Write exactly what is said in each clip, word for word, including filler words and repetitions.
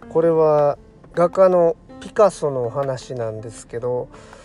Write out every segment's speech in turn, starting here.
これは画家のピカソのお話なんですけど、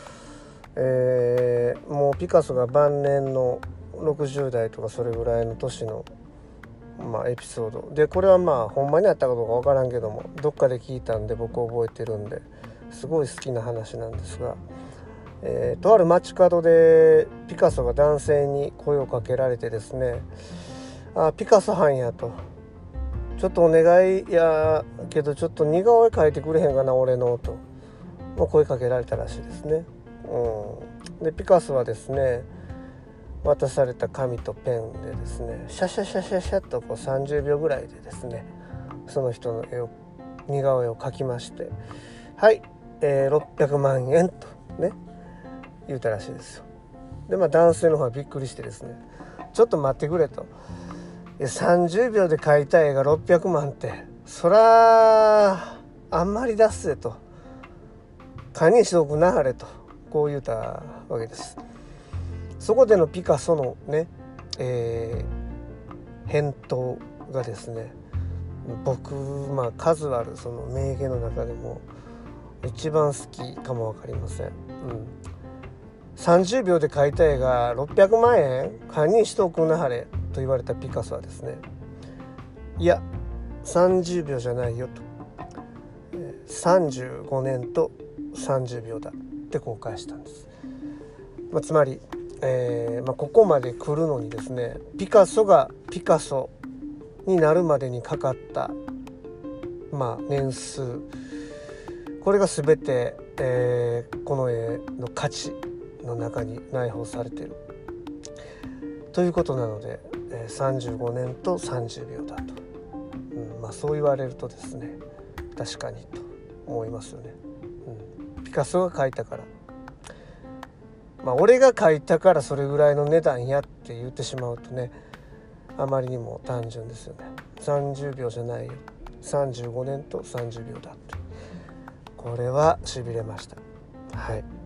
えー、もうピカソが晩年のろくじゅう代とかそれぐらいの年の、まあ、エピソードで、これはまあほんまにあったかどうか分からんけども、どっかで聞いたんで僕覚えてるんですごい好きな話なんですが、えー、とある街角でピカソが男性に声をかけられてですね、あ、ピカソはんやと、ちょっとお願いやけどちょっと似顔絵描いてくれへんかな俺のと、まあ、声かけられたらしいですね。うん、でピカソはですね、渡された紙とペンでですね、シャシャシャシャシャとこうさんじゅうびょうぐらいでですね、その人の絵を似顔絵を描きまして、はい、えー、ろっぴゃくまんえんとね言うたらしいですよ。でまあ男性の方はびっくりしてですね、ちょっと待ってくれと、いやさんじゅうびょうで描いた絵がろっぴゃくまんってそらあんまり出すぜと、堪忍しとくなはれと、こう言うたわけです。そこでのピカソのね、えー、返答がですね、僕、まあ、数あるその名言の中でも一番好きかも分かりません。うん、さんじゅうびょうで描いた絵がろっぴゃくまんえん堪忍しとくなはれと言われたピカソはですね、いやさんじゅうびょうじゃないよと、さんじゅうごねんとさんじゅうびょうだってこう返したんです。まあ、つまりえーまあ、ここまで来るのにですね、ピカソがピカソになるまでにかかった、まあ、年数、これが全て、えー、この絵の価値の中に内包されているということなので、えー、さんじゅうごねんとさんじゅうびょうだと、うんまあ、そう言われるとですね、確かにと思いますよね。うん、ピカソが描いたから、まあ、俺が書いたからそれぐらいの値段やって言ってしまうとね、あまりにも単純ですよね。さんじゅうびょうじゃないよ、さんじゅうごねんとさんじゅうびょうだって、これはしびれました。はい。